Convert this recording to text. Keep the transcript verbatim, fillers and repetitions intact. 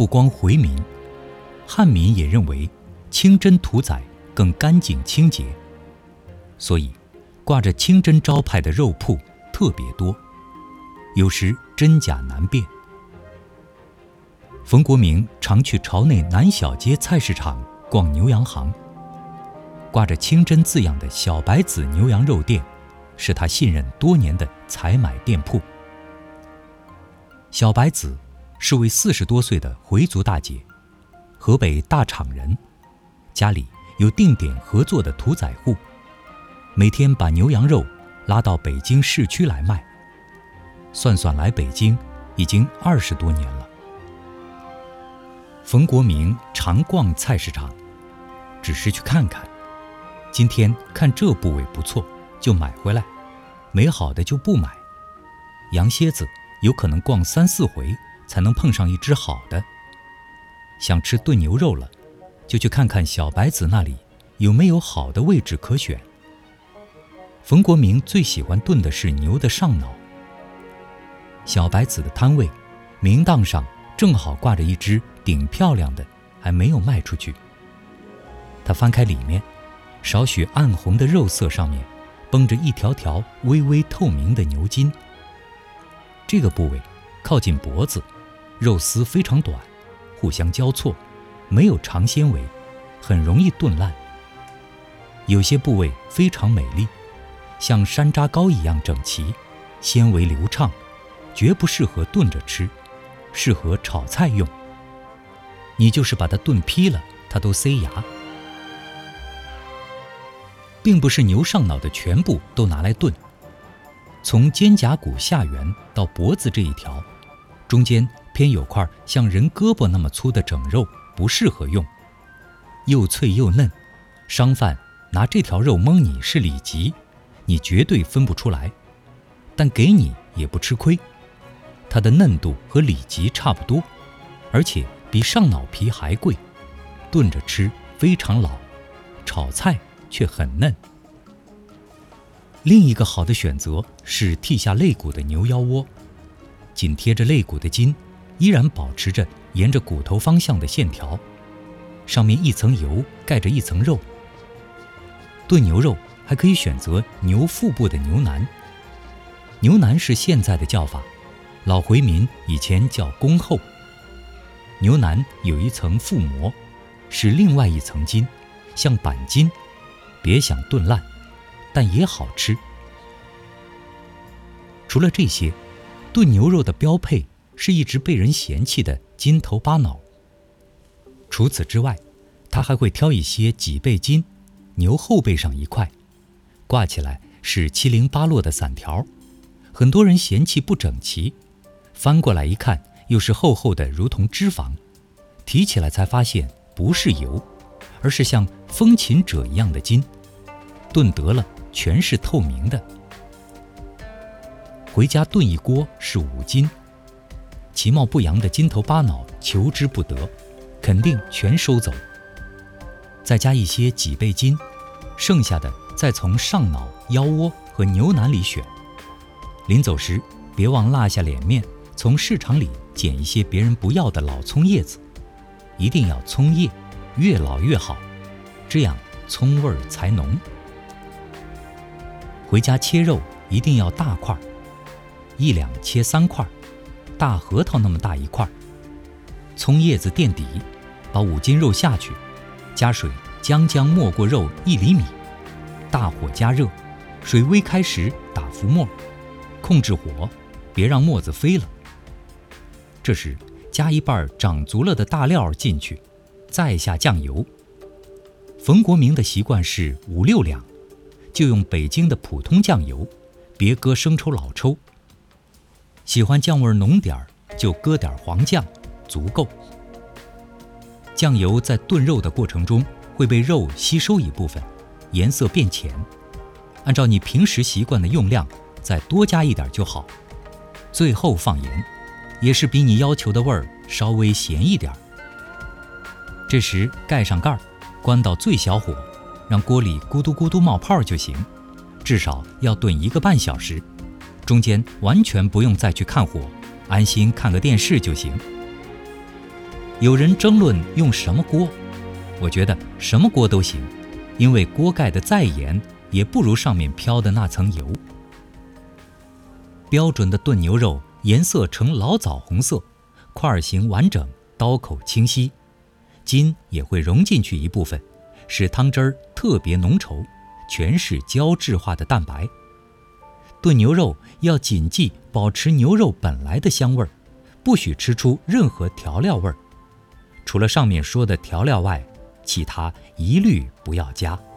不光回民，汉民也认为清真屠宰更干净清洁，所以挂着清真招牌的肉铺特别多，有时真假难辨。冯国明常去朝内南小街菜市场逛牛羊行，挂着清真字样的小白子牛羊肉店是他信任多年的采买店铺。小白子是位四十多岁的回族大姐，河北大厂人，家里有定点合作的屠宰户，每天把牛羊肉拉到北京市区来卖，算算来北京已经二十多年了。冯国明常逛菜市场，只是去看看，今天看这部位不错就买回来，没好的就不买。羊蝎子有可能逛三四回才能碰上一只好的。想吃炖牛肉了，就去看看小白子那里有没有好的位置可选。冯国明最喜欢炖的是牛的上脑。小白子的摊位明档上正好挂着一只顶漂亮的，还没有卖出去。他翻开里面，少许暗红的肉色上面绷着一条条微微透明的牛筋。这个部位靠近脖子，肉丝非常短，互相交错，没有长纤维，很容易炖烂。有些部位非常美丽，像山楂糕一样整齐，纤维流畅，绝不适合炖着吃，适合炒菜用。你就是把它炖劈了，它都塞牙。并不是牛上脑的全部都拿来炖，从肩胛骨下缘到脖子这一条，中间偏有块像人胳膊那么粗的整肉，不适合用，又脆又嫩，商贩拿这条肉蒙你是里脊，你绝对分不出来，但给你也不吃亏，它的嫩度和里脊差不多，而且比上脑皮还贵，炖着吃非常老，炒菜却很嫩。另一个好的选择是剔下肋骨的牛腰窝，紧贴着肋骨的筋依然保持着沿着骨头方向的线条，上面一层油盖着一层肉。炖牛肉还可以选择牛腹部的牛腩，牛腩是现在的叫法，老回民以前叫公后。牛腩有一层腹膜，是另外一层筋，像板筋，别想炖烂，但也好吃。除了这些，炖牛肉的标配是一直被人嫌弃的筋头巴脑。除此之外，他还会挑一些脊背筋，牛后背上一块，挂起来是七零八落的散条，很多人嫌弃不整齐，翻过来一看，又是厚厚的如同脂肪，提起来才发现不是油，而是像风琴褶一样的筋，炖得了全是透明的。回家炖一锅是五斤，其貌不扬的筋头巴脑求之不得，肯定全收走，再加一些脊背筋，剩下的再从上脑、腰窝和牛腩里选。临走时别忘落下脸面，从市场里捡一些别人不要的老葱叶子，一定要葱叶，越老越好，这样葱味儿才浓。回家切肉一定要大块，一两切三块，大核桃那么大一块。葱叶子垫底，把五斤肉下去，加水将将没过肉一厘米，大火加热，水微开时打浮沫，控制火，别让沫子飞了。这时加一半长足了的大料进去，再下酱油。冯国明的习惯是五六两，就用北京的普通酱油，别搁生抽老抽。喜欢酱味浓点儿，就搁点黄酱，足够。酱油在炖肉的过程中会被肉吸收一部分，颜色变浅。按照你平时习惯的用量，再多加一点就好。最后放盐，也是比你要求的味儿稍微咸一点。这时盖上盖，关到最小火，让锅里咕嘟咕嘟冒泡就行，至少要炖一个半小时，中间完全不用再去看火，安心看个电视就行。 有人争论用什么锅，我觉得什么锅都行，因为锅盖的再严也不如上面飘的那层油。标准的炖牛肉颜色呈老枣红色，块形完整，刀口清晰，筋也会融进去一部分，使汤汁儿特别浓稠，全是胶质化的蛋白。炖牛肉要谨记保持牛肉本来的香味儿，不许吃出任何调料味儿。除了上面说的调料外，其他一律不要加。